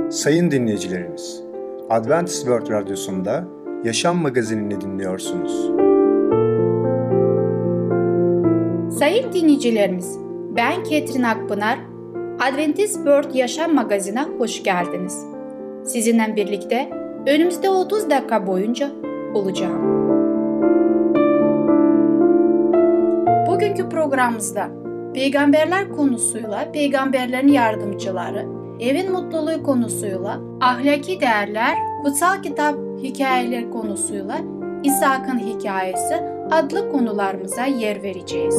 Sayın dinleyicilerimiz, Adventist World Radyosu'nda Yaşam Magazinini dinliyorsunuz. Sayın dinleyicilerimiz, ben Ketrin Akpınar, Adventist World Yaşam Magazinine hoş geldiniz. Sizinle birlikte önümüzde 30 dakika boyunca olacağım. Bugünkü programımızda peygamberler konusuyla peygamberlerin yardımcıları, evin mutluluğu konusuyla ahlaki değerler, kutsal kitap hikayeleri konusuyla İshak'ın hikayesi adlı konularımıza yer vereceğiz.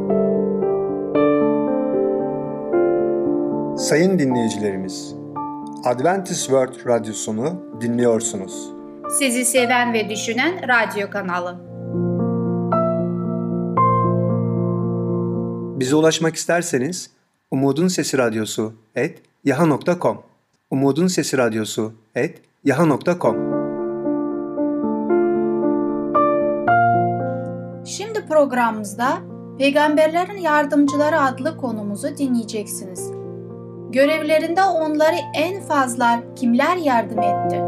Sayın dinleyicilerimiz, Adventist World Radyosunu dinliyorsunuz. Sizi seven ve düşünen radyo kanalı. Bize ulaşmak isterseniz umudunsesiradyosu@yaha.com umudunsesiradyosu@yaha.com. Şimdi programımızda Peygamberlerin Yardımcıları adlı konumuzu dinleyeceksiniz. Görevlerinde onları en fazla kimler yardım etti?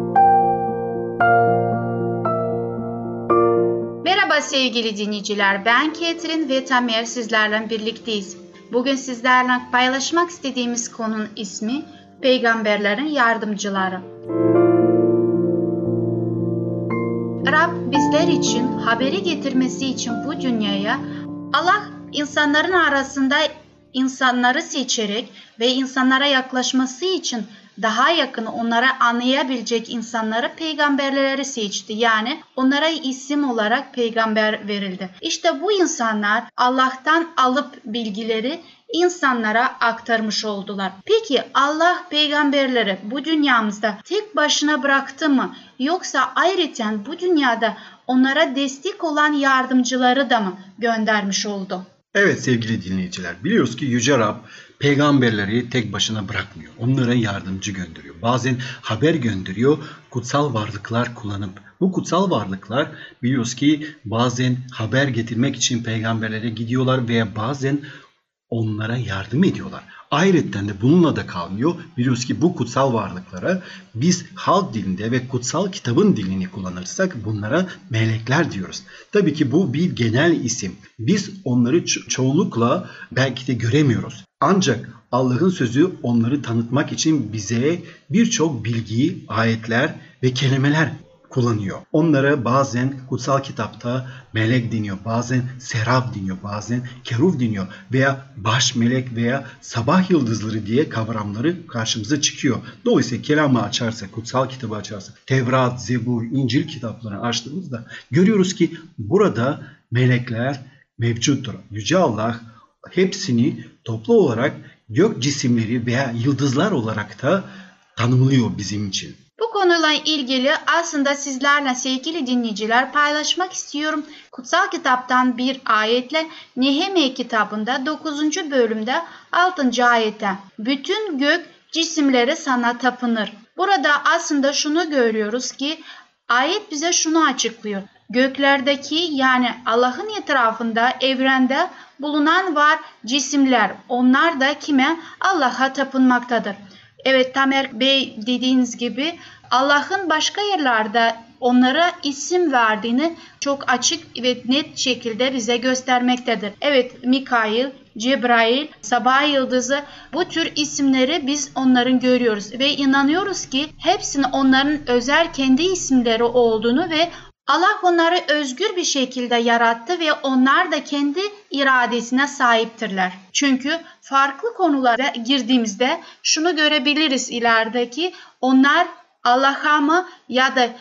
Merhaba sevgili dinleyiciler, ben Ketrin ve Tamer sizlerle birlikteyiz. Bugün sizlerle paylaşmak istediğimiz konunun ismi Peygamberlerin Yardımcıları. Rab bizler için haberi getirmesi için bu dünyaya Allah insanların arasında insanları seçerek ve insanlara yaklaşması için daha yakın onlara anlayabilecek insanları peygamberleri seçti. Yani onlara isim olarak peygamber verildi. İşte bu insanlar Allah'tan alıp bilgileri insanlara aktarmış oldular. Peki Allah peygamberleri bu dünyamızda tek başına bıraktı mı? Yoksa ayrıca bu dünyada onlara destek olan yardımcıları da mı göndermiş oldu? Evet sevgili dinleyiciler, biliyoruz ki Yüce Rab peygamberleri tek başına bırakmıyor. Onlara yardımcı gönderiyor. Bazen haber gönderiyor, kutsal varlıklar kullanıp. Bu kutsal varlıklar biliyoruz ki bazen haber getirmek için peygamberlere gidiyorlar veya bazen onlara yardım ediyorlar. Ayrıca de bununla da kalmıyor. Biliyoruz ki bu kutsal varlıklara biz halk dilinde ve kutsal kitabın dilini kullanırsak bunlara melekler diyoruz. Tabii ki bu bir genel isim. Biz onları çoğunlukla belki de göremiyoruz. Ancak Allah'ın sözü onları tanıtmak için bize birçok bilgi, ayetler ve kelimeler kullanıyor. Onlara bazen kutsal kitapta melek deniyor, bazen serap deniyor, bazen keruf deniyor veya baş melek veya sabah yıldızları diye kavramları karşımıza çıkıyor. Dolayısıyla kelamı açarsak, kutsal kitabı açarsak, Tevrat, Zebur, İncil kitaplarını açtığımızda görüyoruz ki burada melekler mevcuttur. Yüce Allah hepsini toplu olarak gök cisimleri veya yıldızlar olarak da tanımlıyor bizim için. Bu konuyla ilgili aslında sizlerle sevgili dinleyiciler paylaşmak istiyorum. Kutsal kitaptan bir ayetle Nehemya kitabında 9. bölümde 6. ayette bütün gök cisimleri sana tapınır. Burada aslında şunu görüyoruz ki ayet bize şunu açıklıyor. Göklerdeki yani Allah'ın etrafında evrende bulunan var cisimler onlar da kime? Allah'a tapınmaktadır. Evet Tamer Bey dediğiniz gibi Allah'ın başka yerlerde onlara isim verdiğini çok açık ve net şekilde bize göstermektedir. Evet Mikail, Cebrail, Sabah Yıldızı bu tür isimleri biz onların görüyoruz ve inanıyoruz ki hepsinin onların özel kendi isimleri olduğunu ve Allah onları özgür bir şekilde yarattı ve onlar da kendi iradesine sahiptirler. Çünkü farklı konulara girdiğimizde şunu görebiliriz ilerideki onlar Allah'a mı ya da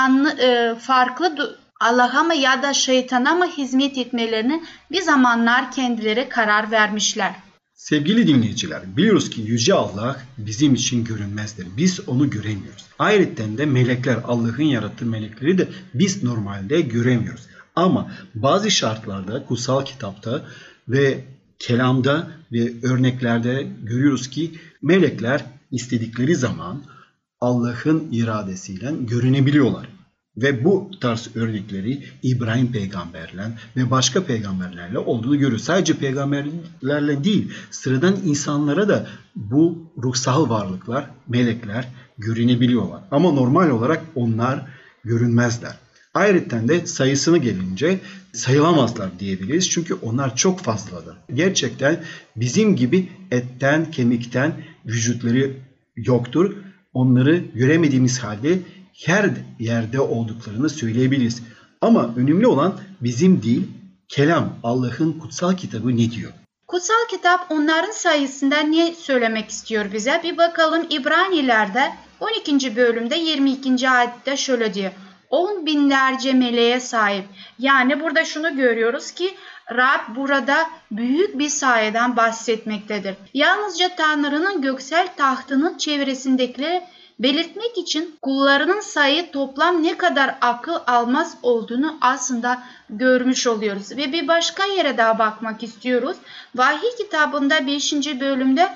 farklı Allah'a mı ya da şeytana mı hizmet etmelerini bir zamanlar kendileri karar vermişler. Sevgili dinleyiciler, biliyoruz ki Yüce Allah bizim için görünmezdir. Biz onu göremiyoruz. Ayrıca de melekler, Allah'ın yarattığı melekleri de biz normalde göremiyoruz. Ama bazı şartlarda, kutsal kitapta ve kelamda ve örneklerde görüyoruz ki melekler istedikleri zaman Allah'ın iradesiyle görünebiliyorlar. Ve bu tarz örnekleri İbrahim peygamberle ve başka peygamberlerle olduğunu görüyoruz. Sadece peygamberlerle değil, sıradan insanlara da bu ruhsal varlıklar, melekler görünebiliyorlar. Ama normal olarak onlar görünmezler. Ayrıca de sayısını gelince sayılamazlar diyebiliriz. Çünkü onlar çok fazladır. Gerçekten bizim gibi etten, kemikten vücutları yoktur. Onları göremediğimiz halde her yerde olduklarını söyleyebiliriz. Ama önemli olan bizim değil, kelam, Allah'ın kutsal kitabı ne diyor? Kutsal kitap onların sayısında ne söylemek istiyor bize? Bir bakalım İbraniler'de 12. bölümde 22. ayette şöyle diyor. 10 binlerce meleğe sahip. Yani burada şunu görüyoruz ki Rab burada büyük bir sayeden bahsetmektedir. Yalnızca Tanrı'nın göksel tahtının çevresindekileri belirtmek için kullarının sayı toplam ne kadar akıl almaz olduğunu aslında görmüş oluyoruz. Ve bir başka yere daha bakmak istiyoruz. Vahiy kitabında 5. bölümde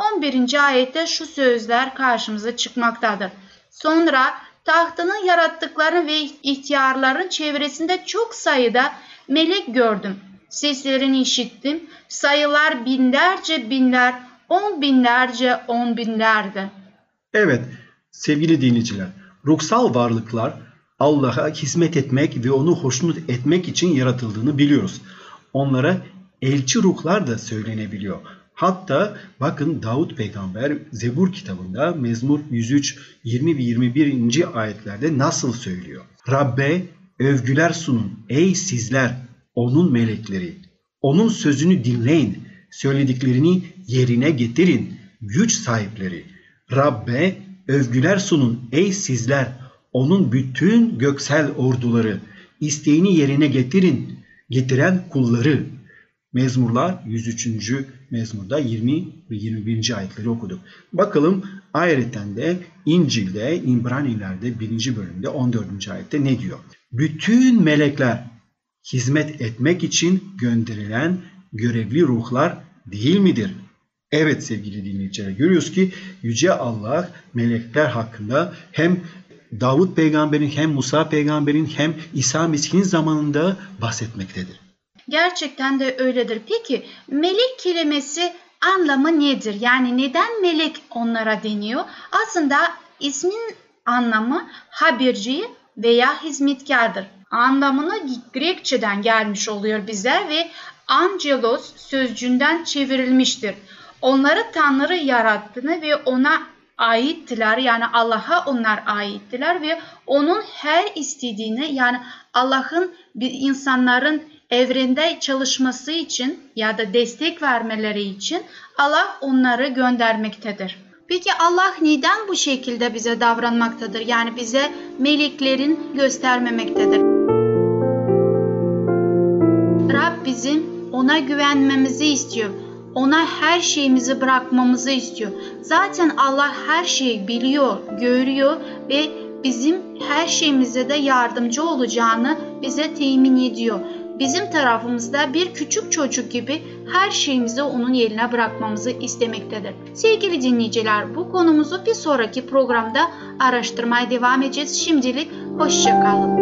11. ayette şu sözler karşımıza çıkmaktadır. Sonra tahtının yarattıkları ve ihtiyarların çevresinde çok sayıda melek gördüm. Seslerini işittim. Sayılar binlerce binler, 10 binlerce 10 binlerdi. Evet sevgili dinleyiciler, ruhsal varlıklar Allah'a hizmet etmek ve onu hoşnut etmek için yaratıldığını biliyoruz. Onlara elçi ruhlar da söylenebiliyor. Hatta bakın Davut peygamber Zebur kitabında Mezmur 103, 20 ve 21. ayetlerde nasıl söylüyor? Rabbe övgüler sunun ey sizler onun melekleri. Onun sözünü dinleyin. Söylediklerini yerine getirin güç sahipleri. Rabbe övgüler sunun ey sizler onun bütün göksel orduları. İsteğini yerine getiren kulları. Mezmurlar 103. mezmurda 20 ve 21. ayetleri okuduk. Bakalım ayrıca de İncil'de İbraniler'de 1. bölümde 14. ayette ne diyor? Bütün melekler hizmet etmek için gönderilen görevli ruhlar değil midir? Evet sevgili dinleyiciler, görüyoruz ki Yüce Allah melekler hakkında hem Davut peygamberin hem Musa peygamberin hem İsa Mesih'in zamanında bahsetmektedir. Gerçekten de öyledir. Peki melek kelimesi anlamı nedir? Yani neden melek onlara deniyor? Aslında ismin anlamı haberci veya hizmetkardır. Anlamını Grekçeden gelmiş oluyor bize ve angelos sözcüğünden çevrilmiştir. Onları Tanrı yarattığını ve ona aittiler, yani Allah'a onlar aittiler ve onun her istediğini, yani Allah'ın insanların evrende çalışması için ya da destek vermeleri için Allah onları göndermektedir. Peki Allah neden bu şekilde bize davranmaktadır? Yani bize meleklerin göstermemektedir. Rab bizim ona güvenmemizi istiyor. Ona her şeyimizi bırakmamızı istiyor. Zaten Allah her şeyi biliyor, görüyor ve bizim her şeyimize de yardımcı olacağını bize temin ediyor. Bizim tarafımızda bir küçük çocuk gibi her şeyimizi onun eline bırakmamızı istemektedir. Sevgili dinleyiciler, bu konumuzu bir sonraki programda araştırmaya devam edeceğiz. Şimdilik hoşça kalın.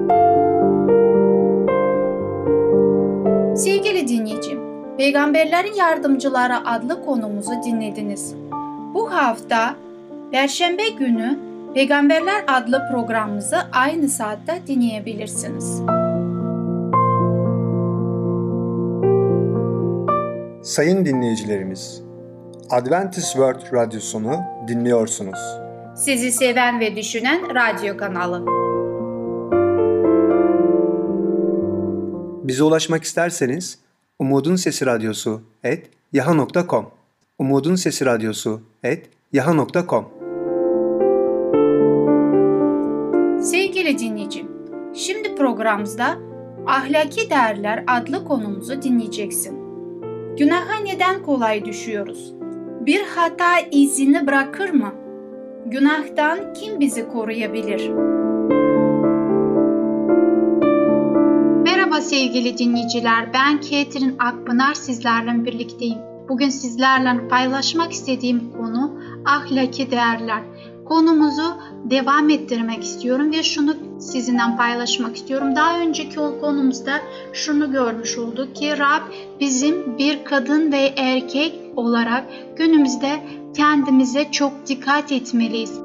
Sevgili dinleyicim, Peygamberlerin Yardımcıları adlı konumuzu dinlediniz. Bu hafta Perşembe günü Peygamberler adlı programımızı aynı saatte dinleyebilirsiniz. Sayın dinleyicilerimiz, Adventist World Radyosunu dinliyorsunuz. Sizi seven ve düşünen radyo kanalı. Bize ulaşmak isterseniz umudunsesiradyosu@yahoo.com umudunsesiradyosu@yahoo.com. Sevgili dinleyicim, şimdi programımızda Ahlaki Değerler adlı konumuzu dinleyeceksin. Günaha neden kolay düşüyoruz? Bir hata izini bırakır mı? Günahtan kim bizi koruyabilir? Merhaba sevgili dinleyiciler, ben Ketrin Akpınar sizlerle birlikteyim. Bugün sizlerle paylaşmak istediğim konu ahlaki değerler. konumuzu devam ettirmek istiyorum ve şunu sizinle paylaşmak istiyorum. Daha önceki konumuzda şunu görmüş olduk ki Rab bizim bir kadın ve erkek olarak günümüzde kendimize çok dikkat etmeliyiz.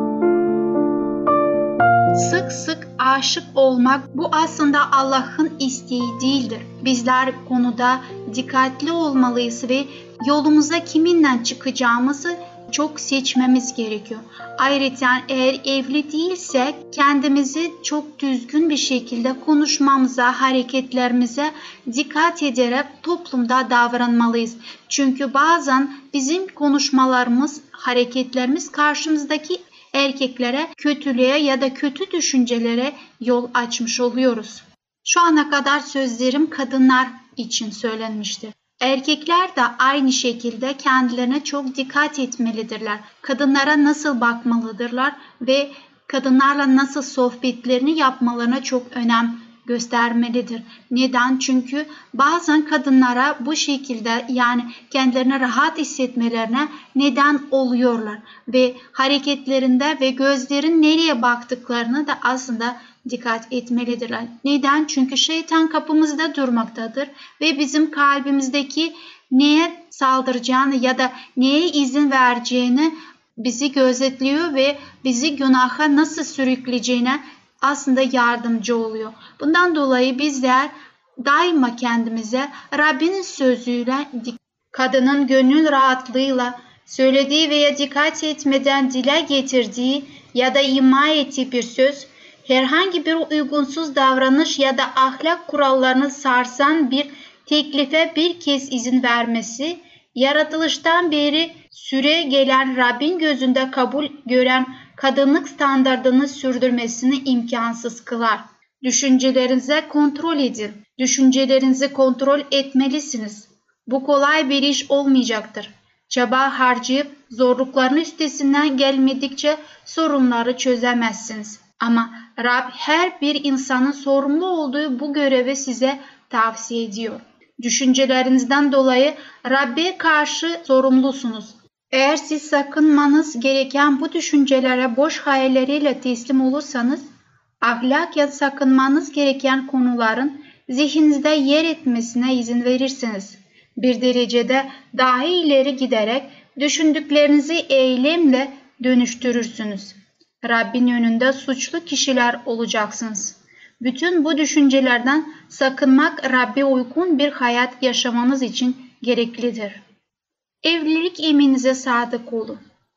Sık sık aşık olmak bu aslında Allah'ın isteği değildir. Bizler konuda dikkatli olmalıyız ve yolumuza kiminle çıkacağımızı çok seçmemiz gerekiyor. Ayrıca eğer evli değilsek kendimizi çok düzgün bir şekilde konuşmamıza, hareketlerimize dikkat ederek toplumda davranmalıyız. Çünkü bazen bizim konuşmalarımız, hareketlerimiz karşımızdaki erkeklere kötülüğe ya da kötü düşüncelere yol açmış oluyoruz. Şu ana kadar sözlerim kadınlar için söylenmiştir. Erkekler de aynı şekilde kendilerine çok dikkat etmelidirler. Kadınlara nasıl bakmalıdırlar ve kadınlarla nasıl sohbetlerini yapmalarına çok önem göstermelidir. Neden? Çünkü bazen kadınlara bu şekilde yani kendilerine rahat hissetmelerine neden oluyorlar ve hareketlerinde ve gözlerin nereye baktıklarını da aslında dikkat etmelidirler. Neden? Çünkü şeytan kapımızda durmaktadır ve bizim kalbimizdeki neye saldıracağını ya da neye izin vereceğini bizi gözetliyor ve bizi günaha nasıl sürükleyeceğine aslında yardımcı oluyor. Bundan dolayı bizler daima kendimize Rabbinin sözüyle, kadının gönül rahatlığıyla söylediği veya dikkat etmeden dile getirdiği ya da ima ettiği bir söz, herhangi bir uygunsuz davranış ya da ahlak kurallarını sarsan bir teklife bir kez izin vermesi, yaratılıştan beri süre gelen Rabbin gözünde kabul gören kadınlık standardını sürdürmesini imkansız kılar. Düşüncelerinizi kontrol edin. Düşüncelerinizi kontrol etmelisiniz. Bu kolay bir iş olmayacaktır. Çaba harcayıp zorlukların üstesinden gelmedikçe sorunları çözemezsiniz. Ama Rab her bir insanın sorumlu olduğu bu görevi size tavsiye ediyor. Düşüncelerinizden dolayı Rab'be karşı sorumlusunuz. Eğer siz sakınmanız gereken bu düşüncelere boş hayalleriyle teslim olursanız, ahlaken sakınmanız gereken konuların zihninizde yer etmesine izin verirsiniz. Bir derecede daha ileri giderek düşündüklerinizi eylemle dönüştürürsünüz. Rabbin önünde suçlu kişiler olacaksınız. Bütün bu düşüncelerden sakınmak Rabbe uygun bir hayat yaşamanız için gereklidir. Evlilik yeminize sadık olun.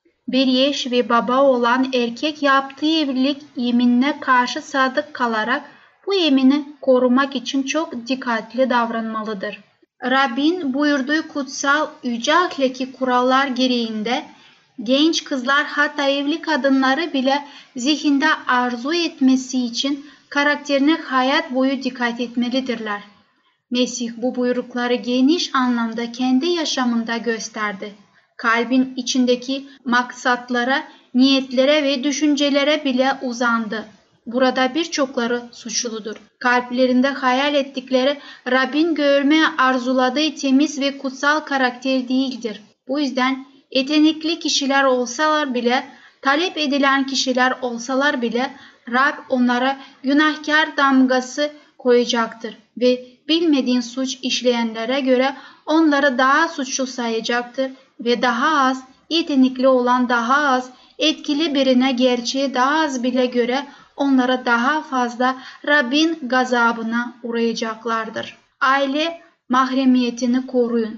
Bir eş ve baba olan erkek yaptığı evlilik yeminine karşı sadık kalarak bu yemini korumak için çok dikkatli davranmalıdır. Rabbin buyurduğu kutsal yüce ahlaki kurallar gereğinde genç kızlar hatta evli kadınları bile zihinde arzu etmesi için karakterine hayat boyu dikkat etmelidirler. Mesih bu buyrukları geniş anlamda kendi yaşamında gösterdi. Kalbin içindeki maksatlara, niyetlere ve düşüncelere bile uzandı. Burada birçokları suçludur. Kalplerinde hayal ettikleri Rabbin görmeye arzuladığı temiz ve kutsal karakter değildir. Bu yüzden yetenekli kişiler olsalar bile, talep edilen kişiler olsalar bile Rab onlara günahkar damgası koyacaktır ve bilmediğin suç işleyenlere göre onları daha suçlu sayacaktır ve daha az yetenekli olan daha az etkili birine gerçeği daha az bile göre onlara daha fazla Rabbin gazabına uğrayacaklardır. Aile mahremiyetini koruyun.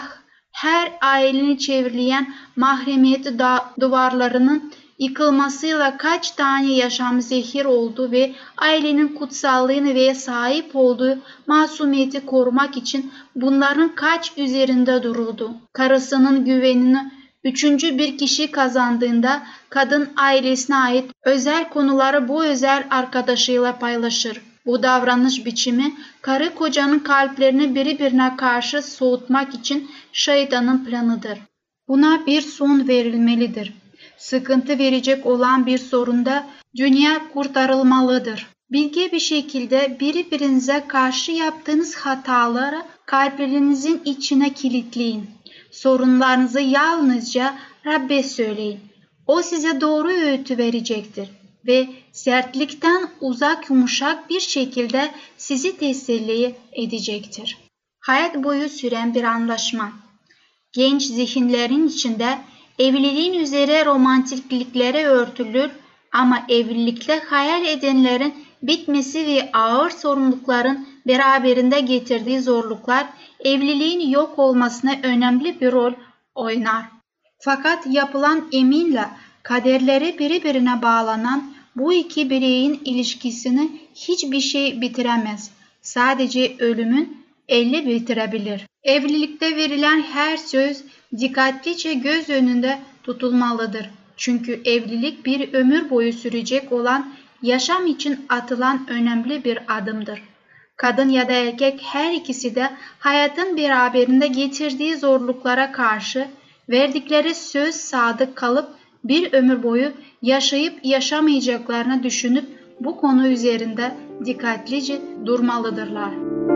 Her aileyi çevreleyen mahremiyet duvarlarının yıkılmasıyla kaç tane yaşam zehir oldu ve ailenin kutsallığını ve sahip olduğu masumiyeti korumak için bunların kaç üzerinde duruldu. Karısının güvenini üçüncü bir kişi kazandığında kadın ailesine ait özel konuları bu özel arkadaşıyla paylaşır. Bu davranış biçimi karı kocanın kalplerini birbirine karşı soğutmak için şeytanın planıdır. Buna bir son verilmelidir. Sıkıntı verecek olan bir sorunda dünya kurtarılmalıdır. Bilge bir şekilde birbirinize karşı yaptığınız hataları kalplerinizin içine kilitleyin. Sorunlarınızı yalnızca Rab'be söyleyin. O size doğru öğütü verecektir ve sertlikten uzak yumuşak bir şekilde sizi teselli edecektir. Hayat boyu süren bir anlaşma. Genç zihinlerin içinde evliliğin üzere romantikliklere örtülür ama evlilikte hayal edenlerin bitmesi ve ağır sorumlulukların beraberinde getirdiği zorluklar evliliğin yok olmasına önemli bir rol oynar. Fakat yapılan yeminle kaderleri birbirine bağlanan bu iki bireyin ilişkisini hiçbir şey bitiremez. Sadece ölümün eli bitirebilir. Evlilikte verilen her söz dikkatlice göz önünde tutulmalıdır. Çünkü evlilik bir ömür boyu sürecek olan yaşam için atılan önemli bir adımdır. Kadın ya da erkek her ikisi de hayatın beraberinde getirdiği zorluklara karşı verdikleri söz sadık kalıp bir ömür boyu yaşayıp yaşamayacaklarını düşünüp bu konu üzerinde dikkatlice durmalıdırlar.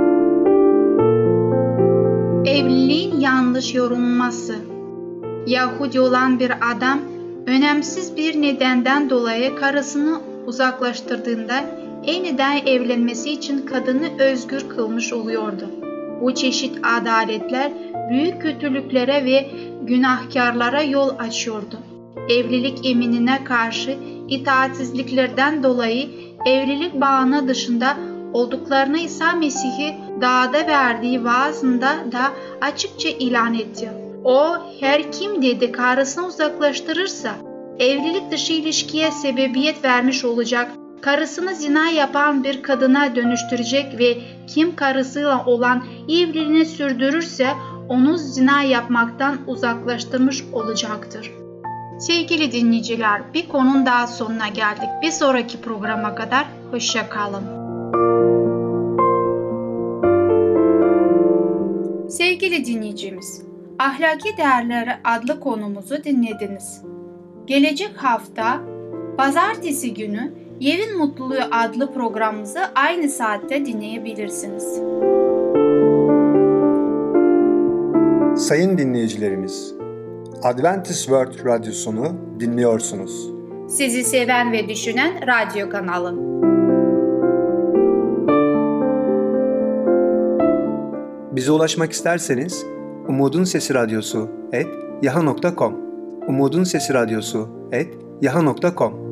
Evliliğin yanlış yorumlanması. Yahudi olan bir adam önemsiz bir nedenden dolayı karısını uzaklaştırdığında yeniden evlenmesi için kadını özgür kılmış oluyordu. Bu çeşit adaletler büyük kötülüklere ve günahkarlara yol açıyordu. Evlilik yeminine karşı itaatsizliklerden dolayı evlilik bağına dışında olduklarını İsa Mesih'i dağda verdiği vaazında da açıkça ilan etti. O, her kim dedi karısını uzaklaştırırsa evlilik dışı ilişkiye sebebiyet vermiş olacak, karısını zina yapan bir kadına dönüştürecek ve kim karısıyla olan evliliğini sürdürürse onu zina yapmaktan uzaklaştırmış olacaktır. Sevgili dinleyiciler, bir konunun daha sonuna geldik. Bir sonraki programa kadar hoşça kalın. Sevgili dinleyicimiz, Ahlaki Değerleri adlı konumuzu dinlediniz. Gelecek hafta Pazartesi günü Evin Mutluluğu adlı programımızı aynı saatte dinleyebilirsiniz. Sayın dinleyicilerimiz, Adventist World Radyosunu dinliyorsunuz. Sizi seven ve düşünen radyo kanalı. Bize ulaşmak isterseniz umudunsesiradyosu@yahoo.com umudunsesiradyosu@yahoo.com.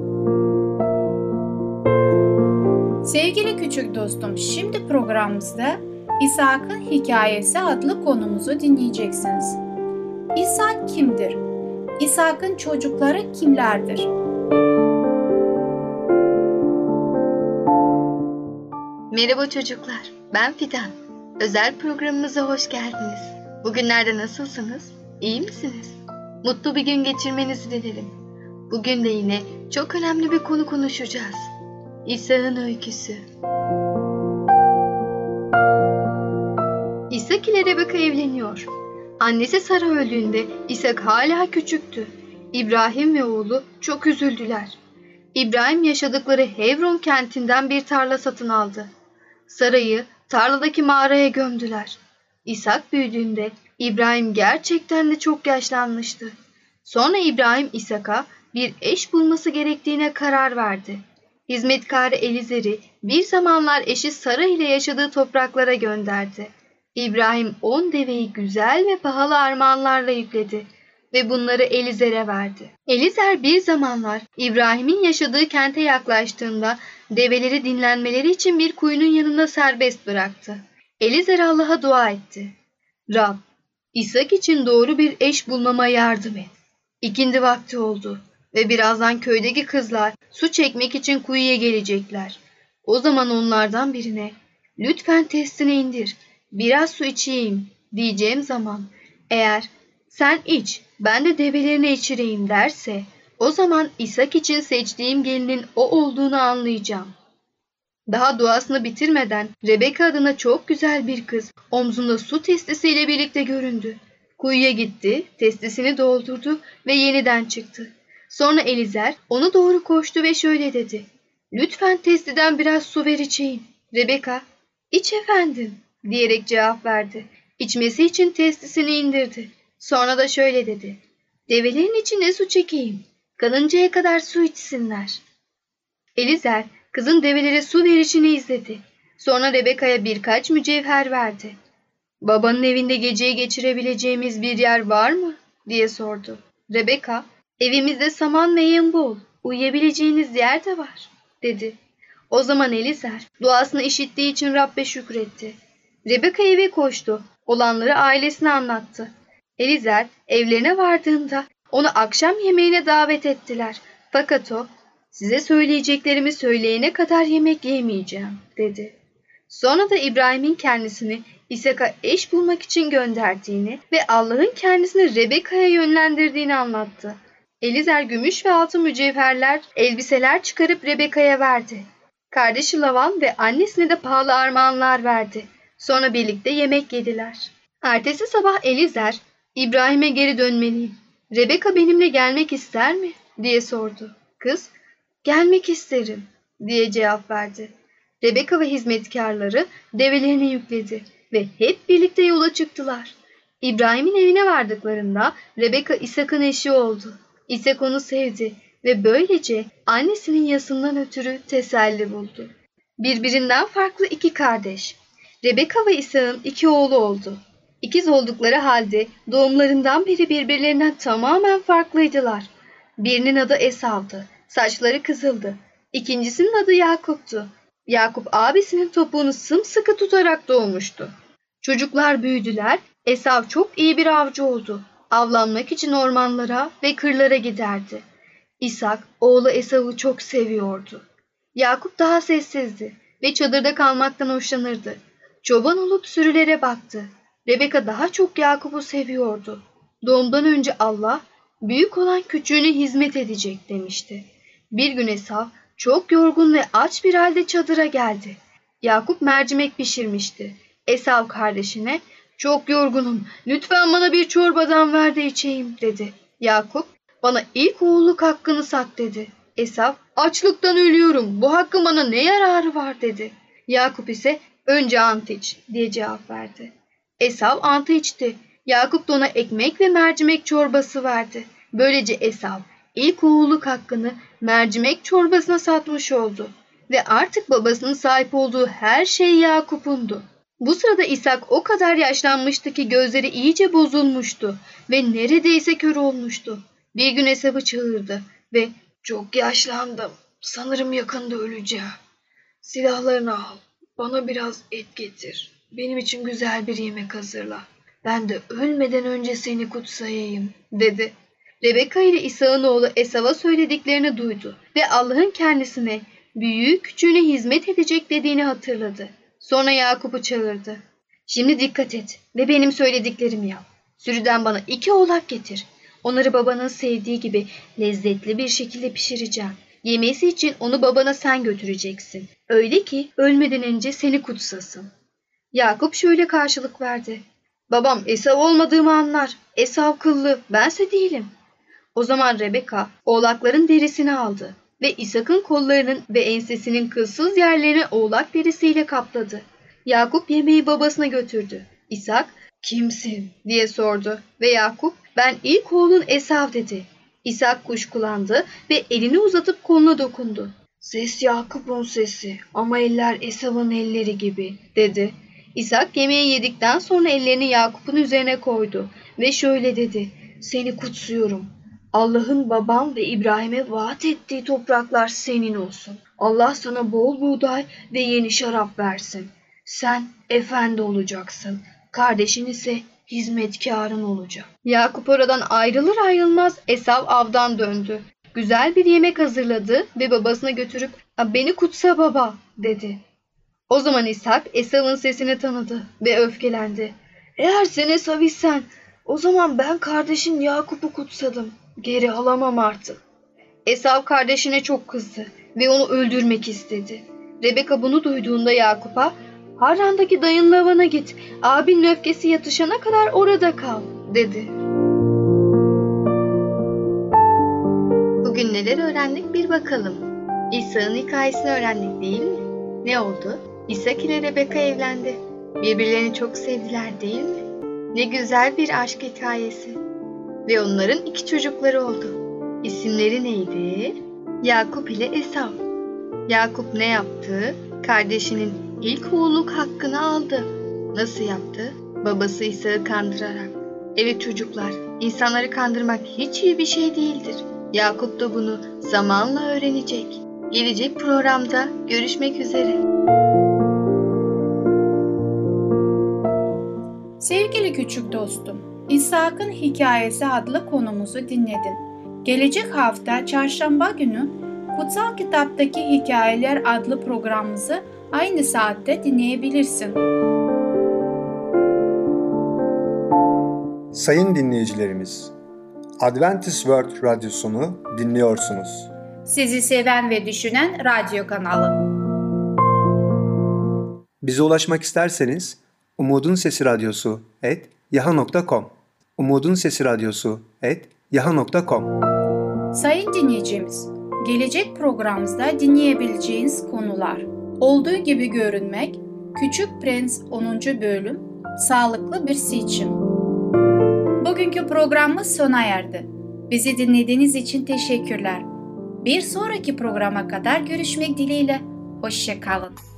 Sevgili küçük dostum, şimdi programımızda İshak'ın Hikayesi adlı konumuzu dinleyeceksiniz. İshak kimdir? İshak'ın çocukları kimlerdir? Merhaba çocuklar, ben Fidan. Özel programımıza hoş geldiniz. Bugünlerde nasılsınız? İyi misiniz? Mutlu bir gün geçirmenizi dilerim. Bugün de yine çok önemli bir konu konuşacağız. İshak'ın öyküsü. İshak ile Rebeka evleniyor. Annesi Sara öldüğünde İshak hala küçüktü. İbrahim ve oğlu çok üzüldüler. İbrahim yaşadıkları Hevron kentinden bir tarla satın aldı. Sara'yı tarladaki mağaraya gömdüler. İshak büyüdüğünde İbrahim gerçekten de çok yaşlanmıştı. Sonra İbrahim İshak'a bir eş bulması gerektiğine karar verdi. Hizmetkarı Elizer'i bir zamanlar eşi Sara ile yaşadığı topraklara gönderdi. İbrahim 10 deveyi güzel ve pahalı armağanlarla yükledi ve bunları Elizer'e verdi. Elizer bir zamanlar İbrahim'in yaşadığı kente yaklaştığında develeri dinlenmeleri için bir kuyunun yanında serbest bıraktı. Elizer Allah'a dua etti. Rab, İshak için doğru bir eş bulmama yardım et. İkindi vakti oldu ve birazdan köydeki kızlar su çekmek için kuyuya gelecekler. O zaman onlardan birine, lütfen testini indir, biraz su içeyim diyeceğim zaman, eğer sen iç, ben de develerini içireyim derse, o zaman İshak için seçtiğim gelinin o olduğunu anlayacağım. Daha duasını bitirmeden Rebeka adına çok güzel bir kız omzunda su testisiyle birlikte göründü. Kuyuya gitti, testisini doldurdu ve yeniden çıktı. Sonra Elizer onu doğru koştu ve şöyle dedi. Lütfen testiden biraz su ver içeyim. Rebeka, iç efendim diyerek cevap verdi. İçmesi için testisini indirdi. Sonra da şöyle dedi. Develerin içine su çekeyim. kanıncaya kadar su içsinler. Elizer kızın develere su verişini izledi. Sonra Rebeka'ya birkaç mücevher verdi. "Babanın evinde geceyi geçirebileceğimiz bir yer var mı?" diye sordu. Rebeka, "Evimizde saman ve yem bol, uyuyabileceğiniz yer de var," dedi. O zaman Elizer duasını işittiği için Rabbe şükretti. Rebeka eve koştu. Olanları ailesine anlattı. Elizer evlerine vardığında onu akşam yemeğine davet ettiler. Fakat o, "Size söyleyeceklerimi söyleyene kadar yemek yemeyeceğim," dedi. Sonra da İbrahim'in kendisini İshak'a eş bulmak için gönderdiğini ve Allah'ın kendisini Rebeka'ya yönlendirdiğini anlattı. Elizer gümüş ve altın mücevherler, elbiseler çıkarıp Rebeka'ya verdi. Kardeşi Lavan ve annesine de pahalı armağanlar verdi. Sonra birlikte yemek yediler. Ertesi sabah Elizer, "İbrahim'e geri dönmeliyim. Rebeka benimle gelmek ister mi?" diye sordu. Kız, "Gelmek isterim," diye cevap verdi. Rebeka ve hizmetkarları develerini yükledi ve hep birlikte yola çıktılar. İbrahim'in evine vardıklarında Rebeka İshak'ın eşi oldu. İshak onu sevdi ve böylece annesinin yasından ötürü teselli buldu. Birbirinden farklı iki kardeş. Rebeka ve İshak'ın iki oğlu oldu. İkiz oldukları halde doğumlarından beri birbirlerinden tamamen farklıydılar. Birinin adı Esav'dı. Saçları kızıldı. İkincisinin adı Yakup'tu. Yakup abisinin topuğunu sımsıkı tutarak doğmuştu. Çocuklar büyüdüler. Esav çok iyi bir avcı oldu. Avlanmak için ormanlara ve kırlara giderdi. İshak oğlu Esav'ı çok seviyordu. Yakup daha sessizdi ve çadırda kalmaktan hoşlanırdı. Çoban olup sürülere baktı. Rebeka daha çok Yakup'u seviyordu. Doğumdan önce Allah, "Büyük olan küçüğüne hizmet edecek," demişti. Bir gün Esav çok yorgun ve aç bir halde çadıra geldi. Yakup mercimek pişirmişti. Esav kardeşine, "Çok yorgunum, lütfen bana bir çorbadan ver de içeyim," dedi. Yakup, "Bana ilk oğulluk hakkını sat," dedi. Esav, "Açlıktan ölüyorum, bu hakkın bana ne yararı var," dedi. Yakup ise, "Önce ant iç," diye cevap verdi. Esav antı içti. Yakup da ona ekmek ve mercimek çorbası verdi. Böylece Esav ilk oğulluk hakkını mercimek çorbasına satmış oldu ve artık babasının sahip olduğu her şey Yakup'undu. Bu sırada İshak o kadar yaşlanmıştı ki gözleri iyice bozulmuştu ve neredeyse kör olmuştu. Bir gün Esav'ı çağırdı ve "Çok yaşlandım. Sanırım yakında öleceğim. Silahlarını al. Bana biraz et getir. Benim için güzel bir yemek hazırla. Ben de ölmeden önce seni kutsayayım," dedi. Rebeka ile İshak'ın oğlu Esav'a söylediklerini duydu ve Allah'ın kendisine büyüğü küçüğüne hizmet edecek dediğini hatırladı. Sonra Yakup'u çağırdı. "Şimdi dikkat et ve benim söylediklerimi yap. Sürüden bana 2 oğlak getir. Onları babanın sevdiği gibi lezzetli bir şekilde pişireceğim. Yemesi için onu babana sen götüreceksin. Öyle ki ölmeden önce seni kutsasın." Yakup şöyle karşılık verdi. "Babam Esav olmadığımı anlar. Esav kıllı, bense değilim." O zaman Rebeka oğlakların derisini aldı ve İshak'ın kollarının ve ensesinin kılsız yerlerini oğlak derisiyle kapladı. Yakup yemeği babasına götürdü. İshak, "Kimsin?" diye sordu ve Yakup, "Ben ilk oğlun Esav," dedi. İshak kuşkulandı ve elini uzatıp koluna dokundu. "Ses Yakup'un sesi ama eller Esav'ın elleri gibi," dedi. İshak yemeği yedikten sonra ellerini Yakup'un üzerine koydu ve şöyle dedi: "Seni kutsuyorum. Allah'ın babam ve İbrahim'e vaat ettiği topraklar senin olsun. Allah sana bol buğday ve yeni şarap versin. Sen efendi olacaksın. Kardeşin ise hizmetkarın olacak." Yakup oradan ayrılır ayrılmaz Esav avdan döndü. Güzel bir yemek hazırladı ve babasına götürüp "Beni kutsa baba," dedi. O zaman İshak Esav'ın sesini tanıdı ve öfkelendi. "Eğer sen Esav isen o zaman ben kardeşim Yakup'u kutsadım. Geri alamam artık." Esav kardeşine çok kızdı ve onu öldürmek istedi. Rebeka bunu duyduğunda Yakup'a, "Harran'daki dayın Lavan'a git. Abinin öfkesi yatışana kadar orada kal," dedi. Bugün neler öğrendik bir bakalım. İshak'ın hikayesini öğrendik değil mi? Ne oldu? İshak ile Rebeka evlendi. Birbirlerini çok sevdiler değil mi? Ne güzel bir aşk hikayesi. Ve onların 2 çocukları oldu. İsimleri neydi? Yakup ile Esav. Yakup ne yaptı? Kardeşinin ilk oğulluk hakkını aldı. Nasıl yaptı? Babası İshak'ı kandırarak. Evet çocuklar, insanları kandırmak hiç iyi bir şey değildir. Yakup da bunu zamanla öğrenecek. Gelecek programda görüşmek üzere. Sevgili küçük dostum, İshak'ın Hikayesi adlı konumuzu dinledin. Gelecek hafta çarşamba günü Kutsal Kitaptaki Hikayeler adlı programımızı aynı saatte dinleyebilirsin. Sayın dinleyicilerimiz, Adventist World Radyosunu dinliyorsunuz. Sizi seven ve düşünen radyo kanalı. Bize ulaşmak isterseniz umudunsesiradyosu@yahoo.com umudunsesiradyosu@yahoo.com Sayın dinleyicimiz, gelecek programımızda dinleyebileceğiniz konular: Olduğu gibi görünmek, Küçük Prens 10. bölüm, Sağlıklı bir seçim. Bugünkü programımız sona erdi. Bizi dinlediğiniz için teşekkürler. Bir sonraki programa kadar görüşmek dileğiyle. Hoşça kalın.